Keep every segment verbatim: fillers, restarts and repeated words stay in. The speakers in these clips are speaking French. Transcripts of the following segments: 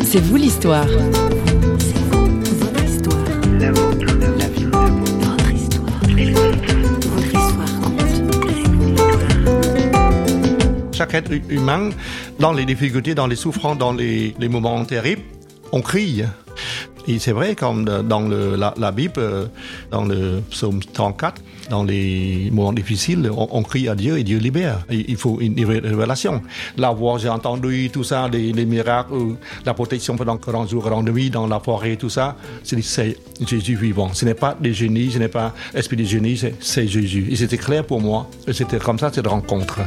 C'est vous l'histoire. C'est vous, votre histoire. La vôtre, la vie, votre histoire. Votre histoire compte. Chaque être humain, dans les difficultés, dans les souffrances, dans les, les moments terribles, on crie. Et c'est vrai, comme dans le, la, la Bible, dans le psaume trente-quatre, dans les moments difficiles, on, on crie à Dieu et Dieu libère. Il faut une révélation. La voix, j'ai entendu tout ça, les, les miracles, la protection pendant quarante jours, quarante nuits dans la forêt, tout ça, c'est, c'est Jésus vivant. Ce n'est pas des génies, ce n'est pas l'esprit des génies, c'est, c'est Jésus. Et c'était clair pour moi. Et c'était comme ça, cette rencontre.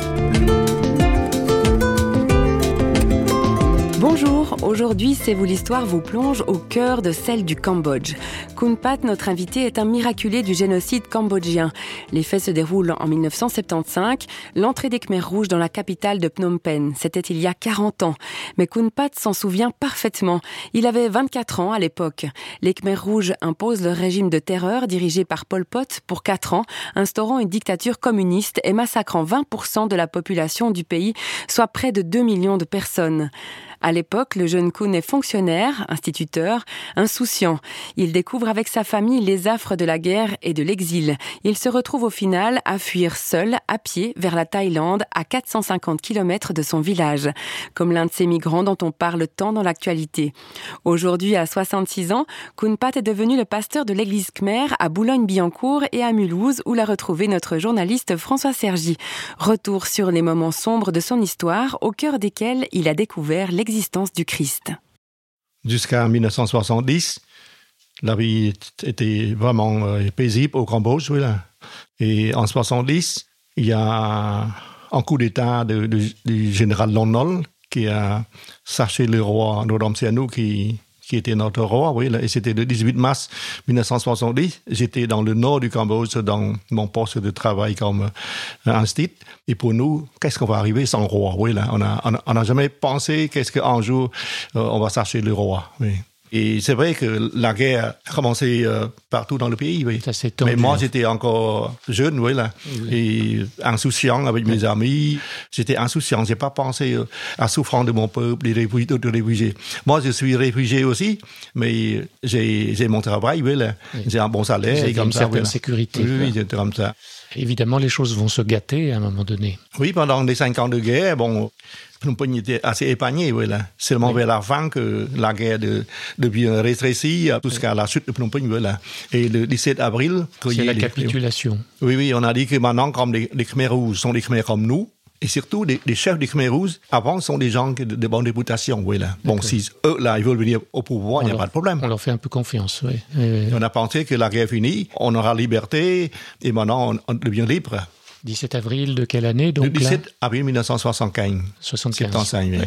Bonjour, aujourd'hui C'est vous l'histoire vous plonge au cœur de celle du Cambodge. Khun-Pat, notre invité, est un miraculé du génocide cambodgien. Les faits se déroulent en dix-neuf cent soixante-quinze, l'entrée des Khmers rouges dans la capitale de Phnom Penh. C'était il y a quarante ans. Mais Khun-Pat s'en souvient parfaitement. Il avait vingt-quatre ans à l'époque. Les Khmers rouges imposent le régime de terreur dirigé par Pol Pot pour quatre ans, instaurant une dictature communiste et massacrant vingt pour cent de la population du pays, soit près de deux millions de personnes. À l'époque, le jeune Khun est fonctionnaire, instituteur, insouciant. Il découvre avec sa famille les affres de la guerre et de l'exil. Il se retrouve au final à fuir seul, à pied, vers la Thaïlande, à quatre cent cinquante kilomètres de son village. Comme l'un de ces migrants dont on parle tant dans l'actualité. Aujourd'hui, à soixante-six ans, Khun-Pat est devenu le pasteur de l'église Khmer à Boulogne-Billancourt et à Mulhouse, où l'a retrouvé notre journaliste François Sergi. Retour sur les moments sombres de son histoire, au cœur desquels il a découvert l'existence du Christ. Jusqu'à dix-neuf cent soixante-dix, la vie était vraiment euh, paisible au Cambodge. Oui, là. Et en soixante-dix, il y a un coup d'État de, de, du général Lon Nol qui a cherché le roi Norodom Sihanouk qui, qui était notre roi. Oui, là. Et c'était le dix-huit mars dix-neuf cent soixante-dix. J'étais dans le nord du Cambodge, dans mon poste de travail comme euh, institut. Et pour nous, qu'est-ce qu'on va arriver sans le roi? Oui, là, on n'a on a, on a jamais pensé qu'est-ce qu'un jour euh, on va chercher le roi. Oui. Et c'est vrai que la guerre a commencé euh, partout dans le pays. Oui. Ça s'est tendu. Mais moi, j'étais encore jeune, oui, là, oui. Et insouciant avec mes oui. amis. J'étais insouciant. J'ai pas pensé euh, à souffrance de mon peuple, des réfugiés, de réfugiés. Moi, je suis réfugié aussi, mais j'ai, j'ai mon travail, oui, là. Oui. J'ai un bon salaire. J'ai comme une ça, certaine oui, sécurité. Oui, oui, c'était comme ça. Évidemment, les choses vont se gâter à un moment donné. Oui, pendant les cinq ans de guerre, bon, Phnom Penh était assez épargné, oui, là. Seulement oui. vers la fin que la guerre de, devient rétrécie jusqu'à oui. la chute de Phnom Penh, oui, là. Et le dix-sept avril... C'est la capitulation. Oui, oui, on a dit que maintenant, comme les, les Khmers rouges sont des Khmers comme nous, et surtout, les, les chefs des Khmers rouges, avant, sont des gens de, de bonne réputation, oui, là. Bon, si eux, là, ils veulent venir au pouvoir, il n'y a pas de problème. On leur fait un peu confiance, oui. oui, oui. On a pensé que la guerre finie, on aura liberté, et maintenant, on, on devient libre. dix-sept avril de quelle année, donc? Le dix-sept là avril dix-neuf cent soixante-quinze. soixante-quinze. soixante-quinze, oui. oui.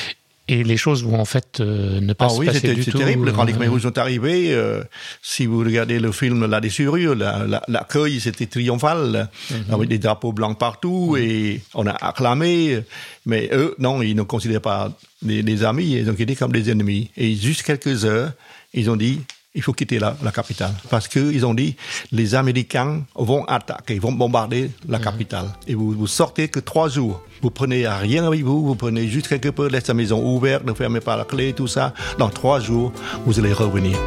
Et les choses vont en fait euh, ne pas ah se oui, passer c'était, du c'était tout. terrible. Quand euh, les Khmers rouges sont arrivés, euh, si vous regardez le film La Déchirure, la, la, l'accueil, c'était triomphal, mm-hmm. avec des drapeaux blancs partout, mm-hmm. et on a acclamé. Mais eux, non, ils ne considéraient pas des, des amis, ils ont quitté comme des ennemis. Et juste quelques heures, ils ont dit... il faut quitter la, la capitale. Parce qu'ils ont dit, les Américains vont attaquer, vont bombarder la capitale. Mmh. Et vous, vous sortez que trois jours. Vous prenez rien avec vous, vous prenez juste quelque peu, laissez la maison ouverte, ne fermez pas la clé, tout ça. Dans trois jours, vous allez revenir.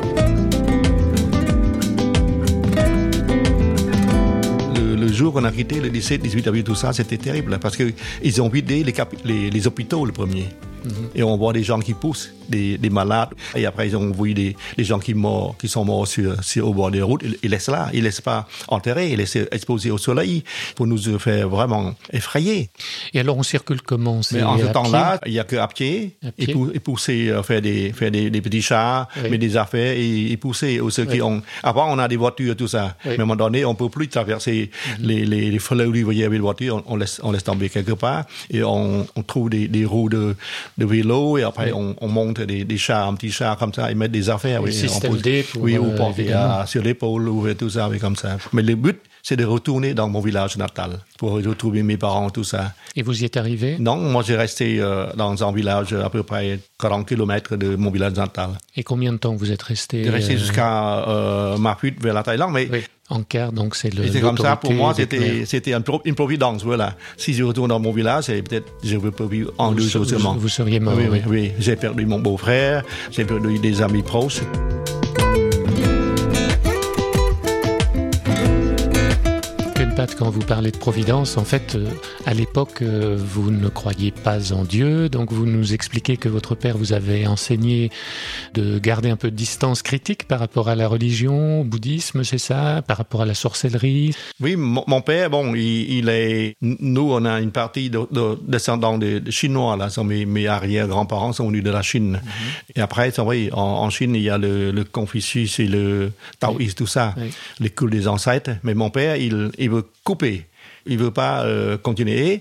Le, le jour qu'on a quitté, le dix-sept, dix-huit avril, tout ça, c'était terrible. Parce qu'ils ont vidé les, capi- les, les hôpitaux le premier. Mm-hmm. Et on voit des gens qui poussent, des, des malades. Et après, ils ont vu des, des gens qui, morts, qui sont morts sur, sur, au bord des routes. Ils, ils laissent là. Ils ne laissent pas enterrer. Ils laissent exposer au soleil pour nous faire vraiment effrayer. Et alors, on circule comment? C'est Mais en ce temps-là, pied? il n'y a qu'à pied. À pied. Et, pour, et pousser, faire, des, faire des, des petits chars, oui. mettre des affaires et, et pousser. Aux ceux oui. qui ont... Avant, on a des voitures, tout ça. Oui. Mais à un moment donné, on ne peut plus traverser mm-hmm. les, les, les fleuves où il y avait des voitures. On, on, laisse, on laisse tomber quelque part. Et on, on trouve des, des roues de, de vélo. Et après, oui. on, on monte des, des chars, un petit char comme ça, et mettre des affaires. Le oui, système D pour... Oui, ou euh, porter à, sur l'épaule, ou tout ça, oui, comme ça. Mais le but, c'est de retourner dans mon village natal pour retrouver mes parents, tout ça. Et vous y êtes arrivé? Non, moi j'ai resté euh, dans un village à peu près quarante kilomètres de mon village natal. Et combien de temps vous êtes resté? J'ai resté euh... jusqu'à euh, ma fuite vers la Thaïlande, mais oui. Ankar, donc c'est le. Et c'est comme ça, pour moi, des c'était, Khmers. c'était une, pro- une providence, voilà. Si je retourne dans mon village, et peut-être je veux pas vivre en Vous, deux ser- jours seulement. vous, vous seriez mort. Oui, oui, oui. oui. J'ai perdu mon beau-frère, j'ai perdu des amis proches. Kunpat, quand vous parlez de providence, en fait, euh, à l'époque, euh, vous ne croyiez pas en Dieu, donc vous nous expliquez que votre père vous avait enseigné de garder un peu de distance critique par rapport à la religion, au bouddhisme, c'est ça, par rapport à la sorcellerie. Oui, mon, mon père, bon, il, il est... Nous, on a une partie de, de descendants de, de Chinois, là. Sont mes, mes arrière-grands-parents sont venus de la Chine. Mm-hmm. Et après, c'est vrai, en, en Chine, il y a le, le Confucius et le Taoïsme, oui. Tout ça, oui. Les cultes des ancêtres. Mais mon père, il, il veut couper. Il veut pas euh, continuer.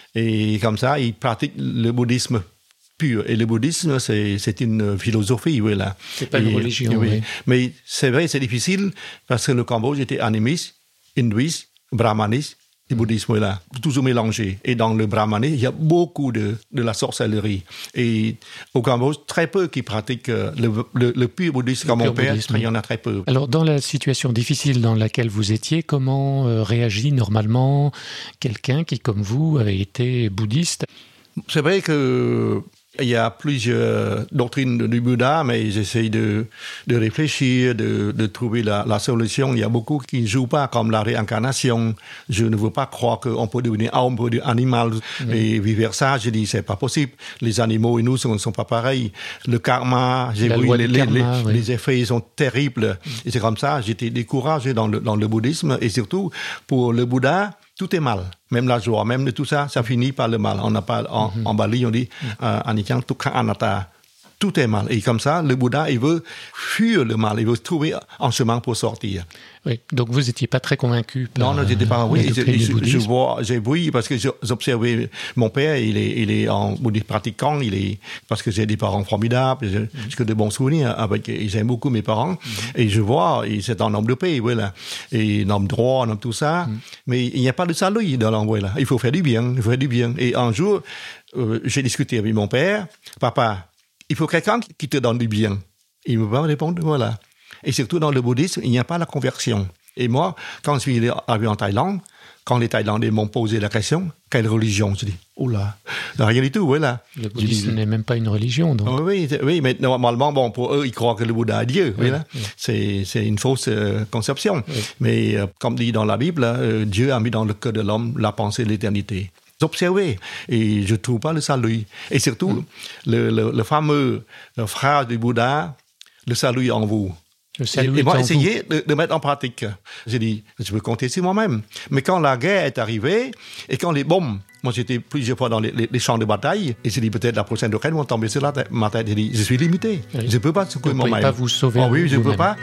Et comme ça, il pratique le bouddhisme pur. Et le bouddhisme, c'est, c'est une philosophie, oui, là. C'est pas et, une religion, oui. oui. Mais c'est vrai, c'est difficile parce que le Cambodge était animiste, hindouiste, brahmaniste et bouddhisme, là. Toujours mélangé. Et dans le brahmanisme, il y a beaucoup de, de la sorcellerie. Et au Cambodge, très peu qui pratiquent le, le, le pur bouddhisme comme mon père. Il y en a très peu. Alors, dans la situation difficile dans laquelle vous étiez, comment euh, réagit normalement quelqu'un qui, comme vous, avait été bouddhiste ? C'est vrai que il y a plusieurs doctrines du Bouddha, mais j'essaie de, de réfléchir, de, de trouver la, la solution. Il y a beaucoup qui ne jouent pas, comme la réincarnation. Je ne veux pas croire qu'on peut devenir homme, on peut devenir animal, mmh. et vice-versa. Je dis, c'est pas possible. Les animaux et nous ne sont pas pareils. Le karma, j'ai la vu, les, karma, les, oui. les effets sont terribles. Mmh. Et c'est comme ça, j'étais découragé dans le, dans le bouddhisme. Et surtout, pour le Bouddha, tout est mal. Même la joie, même tout ça, ça finit par le mal. On n'a pas, en, mm-hmm. en Bali, on dit, anicca dukkha anatta. Tout est mal. Et comme ça, le Bouddha, il veut fuir le mal. Il veut trouver un chemin pour sortir. Oui. Donc, vous n'étiez pas très convaincu par Non, non, j'étais pas, oui. Je, je, je vois, j'ai, oui, parce que j'observais mon père, il est, il est en bouddhiste pratiquant, il est, parce que j'ai des parents formidables, j'ai mm-hmm. de bons souvenirs avec, j'aime beaucoup mes parents. Mm-hmm. Et je vois, et c'est un homme de paix, voilà. Et un homme droit, un homme tout ça. Mm-hmm. Mais il n'y a pas de salut dans l'envoi, là. Il faut faire du bien, il faut faire du bien. Et un jour, euh, j'ai discuté avec mon père. Papa, il faut quelqu'un qui te donne du bien. Il me va répondre, voilà. Et surtout dans le bouddhisme, il n'y a pas la conversion. Et moi, quand je suis arrivé en Thaïlande, quand les Thaïlandais m'ont posé la question, quelle religion? Je dis, oh là, rien du tout, voilà. Le bouddhisme dis, n'est même pas une religion, donc. Oui, oui, mais normalement, bon, pour eux, ils croient que le Bouddha est Dieu, oui, voilà. Oui. C'est, c'est une fausse euh, conception. Oui. Mais euh, comme dit dans la Bible, euh, Dieu a mis dans le cœur de l'homme la pensée de l'éternité. Observer, et je ne trouve pas le salut. Et surtout, mm. le, le, le fameux phrase du Bouddha, le salut est en vous. Le salut et, et moi, en essayer vous. De, de mettre en pratique. J'ai dit, je peux compter sur moi-même. Mais quand la guerre est arrivée, et quand les bombes, moi j'étais plusieurs fois dans les, les, les champs de bataille, et j'ai dit, peut-être la prochaine roquette vont tomber sur la tête, ma tête. J'ai dit, je suis limité. Oui. Je ne peux pas secouer moi-même. Vous ne pouvez pas vous sauver. Oh, oui, je ne peux pas.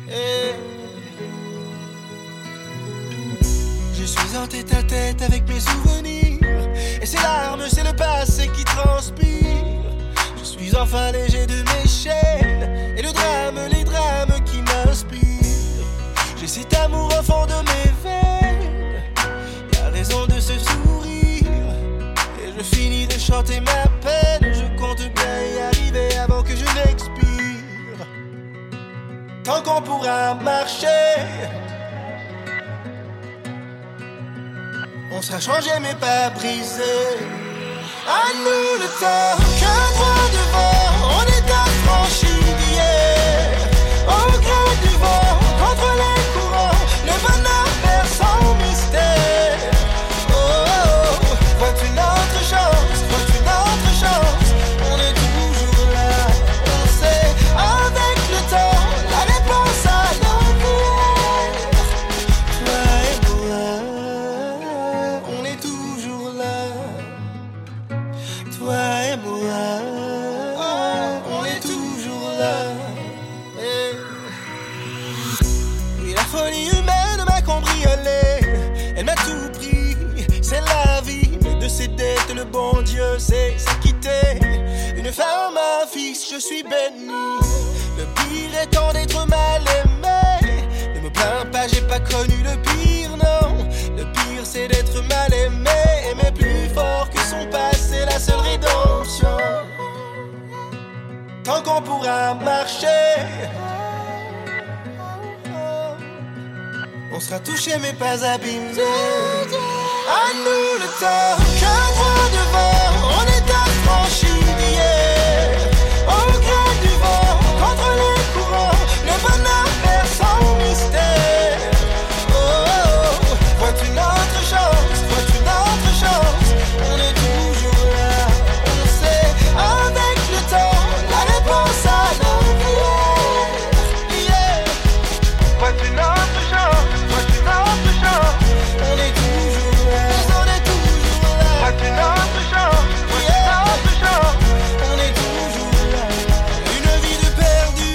Je suis en tête à tête avec mes souvenirs. Et ces larmes, c'est le passé qui transpire. Je suis enfin léger de mes chaînes. Et le drame, les drames qui m'inspirent. J'ai cet amour au fond de mes veines. Y'a raison de se sourire. Et je finis de chanter ma peine. Je compte bien y arriver avant que je n'expire. Tant qu'on pourra marcher, on sera changé mais pas brisé. À nous le temps, qu'un droit devant, on est affranchis d'hier. Au gré du vent, contre les courants, le bonheur perd son mystère. Oh, oh, oh, vois-tu notre chance, vois-tu notre chance, on est toujours là, on sait, avec le temps, la réponse à nos prières. Toi et moi, on est toujours là. Toi et moi, on est toujours là. Et oui, la folie humaine m'a cambriolé. Elle m'a tout pris, c'est la vie. Mais de ses dettes, le bon Dieu sait s'acquitter. Une femme, un fils, je suis béni. Le pire étant d'être mal aimé. Ne me plains pas, j'ai pas connu le pire, non. Le pire c'est d'être mal aimé. Aimer plus fort que son passé, la seule rédemption. Tant qu'on pourra marcher, on sera touché mais pas abîmé. À nous le temps, qu'un droit devant, on est affranchis d'hier. Au gré du vent, contre les courants, le bonheur perd son mystère. Oh, oh, oh, vois-tu notre chance, vois-tu notre chance, on est toujours là, on sait, avec le temps, la réponse à nos prières. Yeah. Vois-tu notre chance, vois-tu notre chance, on est toujours là, on est toujours là. Vois-tu notre chance, vois-tu notre chance, on est toujours là. Une vie de perdu,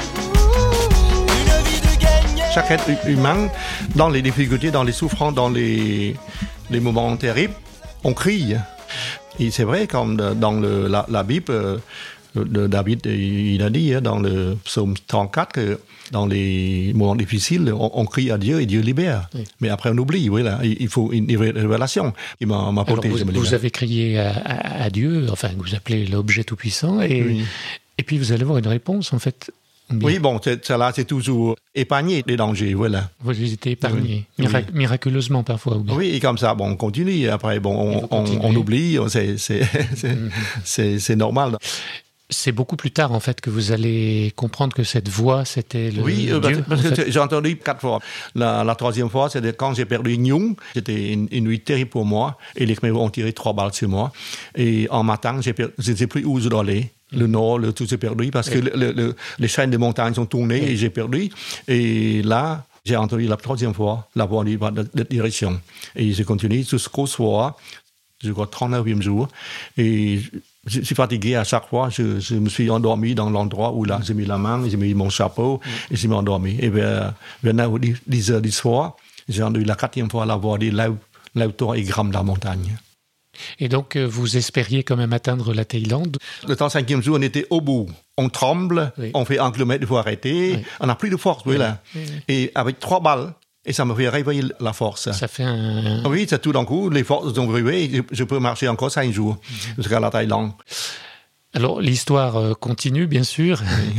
une vie de gagné. Chaque être humain, dans les difficultés, dans les souffrances, dans les, les moments terribles, on crie. Et c'est vrai, comme dans le, la, la Bible, euh, de David, il a dit dans le psaume trente-quatre que dans les moments difficiles, on, on crie à Dieu et Dieu libère. Oui. Mais après, on oublie. Oui, là, il faut une révélation qui m'a, m'a porté. Alors, vous, vous avez crié à, à, à Dieu, enfin, que vous appelez l'objet tout-puissant, et, oui. et puis vous allez avoir une réponse, en fait. Bien. Oui, bon, c'est, ça là, c'est toujours épargné des dangers, voilà. Vous étiez épargné, oui. Mirac- oui. miraculeusement parfois. Ou bien. Oui, et comme ça, bon, on continue. Après, bon, on, on, on oublie, c'est, c'est, c'est, mm-hmm. c'est, c'est normal. C'est beaucoup plus tard, en fait, que vous allez comprendre que cette voix, c'était le oui, Dieu. Oui, parce que fait. j'ai entendu quatre fois. La, la troisième fois, c'était quand j'ai perdu Nyung. C'était une, une nuit terrible pour moi. Et les Khmers ont tiré trois balles sur moi. Et en matin, j'ai per... je ne sais plus où je dois aller. Le nord, le tout, j'ai perdu. Parce oui. que le, le, les chaînes de montagnes sont tournées oui. et j'ai perdu. Et là, j'ai entendu la troisième fois la voix de la direction. Et j'ai continué jusqu'au soir, je crois, trente-neuvième jour. Et je suis fatigué à chaque fois. Je, je me suis endormi dans l'endroit où là, j'ai mis la main, j'ai mis mon chapeau et je me suis endormi. Et vers, vers dix heures du soir, j'ai entendu la quatrième fois la voix de l'auteur et gramme de la montagne. Et donc, vous espériez quand même atteindre la Thaïlande? Le trente-cinquième jour, on était au bout. On tremble, oui. on fait un kilomètre, il faut arrêter. Oui. On n'a plus de force, oui, oui là. Oui, oui. Et avec trois balles, et ça me fait réveiller la force. Ça fait un... Oui, c'est tout d'un coup, les forces ont réveillé, je peux marcher encore cinq jours mm-hmm. jusqu'à la Thaïlande. Alors, l'histoire continue, bien sûr.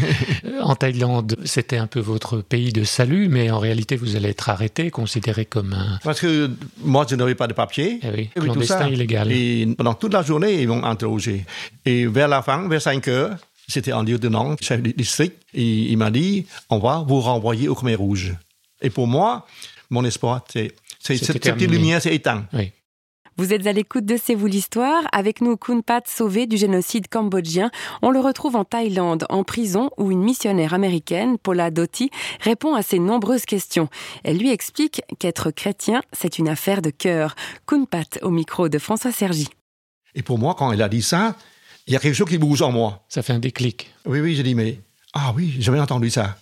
En Thaïlande, c'était un peu votre pays de salut, mais en réalité, vous allez être arrêté, considéré comme un... Parce que moi, je n'avais pas de papier. Eh oui, clandestin illégal. Et pendant toute la journée, ils m'ont interrogé. Et vers la fin, vers cinq heures, c'était un lieutenant, chef du district, et il m'a dit, on va vous renvoyer au Khmer Rouge. Et pour moi, mon espoir, c'est, c'est cette petite lumière s'est éteinte. Oui. Vous êtes à l'écoute de C'est vous l'histoire. Avec nous, Kunpat, sauvé du génocide cambodgien. On le retrouve en Thaïlande, en prison, où une missionnaire américaine, Paula Doty, répond à ses nombreuses questions. Elle lui explique qu'être chrétien, c'est une affaire de cœur. Kunpat, au micro de François Sergi. Et pour moi, quand elle a dit ça, il y a quelque chose qui bouge en moi. Ça fait un déclic. Oui, oui, j'ai dit, mais... Ah oui, j'avais entendu ça.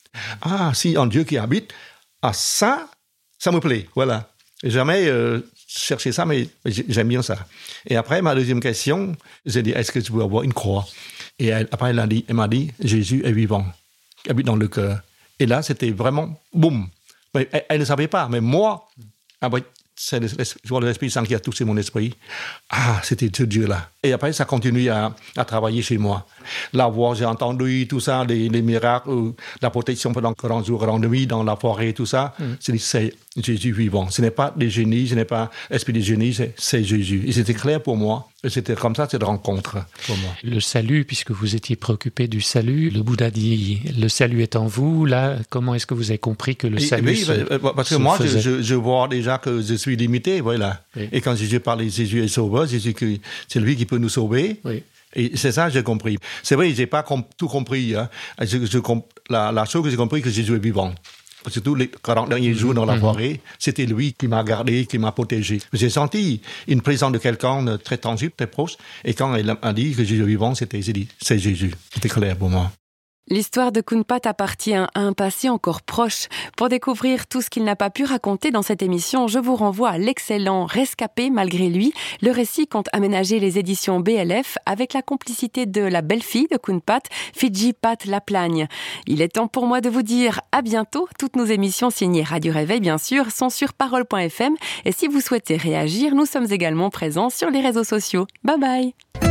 Ah, si un Dieu qui habite, ah ça, ça me plaît, voilà. Jamais... Euh, chercher ça, mais j'aime bien ça. Et après, ma deuxième question, j'ai dit, est-ce que tu peux avoir une croix? Et elle, après, elle, a dit, elle m'a dit, Jésus est vivant, il habite dans le cœur. Et là, c'était vraiment, boum. Mais elle, elle ne savait pas, mais moi, ah ben, c'est l'Esprit Saint qui a touché mon esprit. Ah, c'était ce Dieu-là. Et après, ça continue à, à travailler chez moi. La voix, j'ai entendu tout ça, les, les miracles, la protection pendant quarante jours, quarante nuits dans la forêt, tout ça. Mm. C'est, c'est Jésus vivant. Ce n'est pas des génies, ce n'est pas esprit des génies, c'est, c'est Jésus. Et c'était clair pour moi. Et c'était comme ça, cette rencontre pour moi. Le salut, puisque vous étiez préoccupé du salut, le Bouddha dit, le salut est en vous. Là, comment est-ce que vous avez compris que le salut oui, se, parce que moi, je, je, je vois déjà que je suis limité, voilà. Oui. Et quand Jésus parle de Jésus est sauveur, Jésus, c'est lui qui peut nous sauver. Oui. Et c'est ça que j'ai compris. C'est vrai, je n'ai pas com- tout compris. Hein. Je, je, la, la chose que j'ai compris, c'est que Jésus est vivant. Surtout les quarante derniers jours dans la forêt, mm-hmm. c'était lui qui m'a gardé, qui m'a protégé. J'ai senti une présence de quelqu'un de très tangible, très proche. Et quand elle a dit que Jésus est vivant, c'était, j'ai dit, c'est Jésus. C'était clair pour moi. L'histoire de Kunpat appartient à un passé encore proche. Pour découvrir tout ce qu'il n'a pas pu raconter dans cette émission, je vous renvoie à l'excellent Rescapé malgré lui. Le récit compte aménager les éditions B L F avec la complicité de la belle-fille de Kunpat, Fidji Pat Laplagne. Il est temps pour moi de vous dire à bientôt. Toutes nos émissions signées Radio Réveil, bien sûr, sont sur parole point f m. Et si vous souhaitez réagir, nous sommes également présents sur les réseaux sociaux. Bye bye!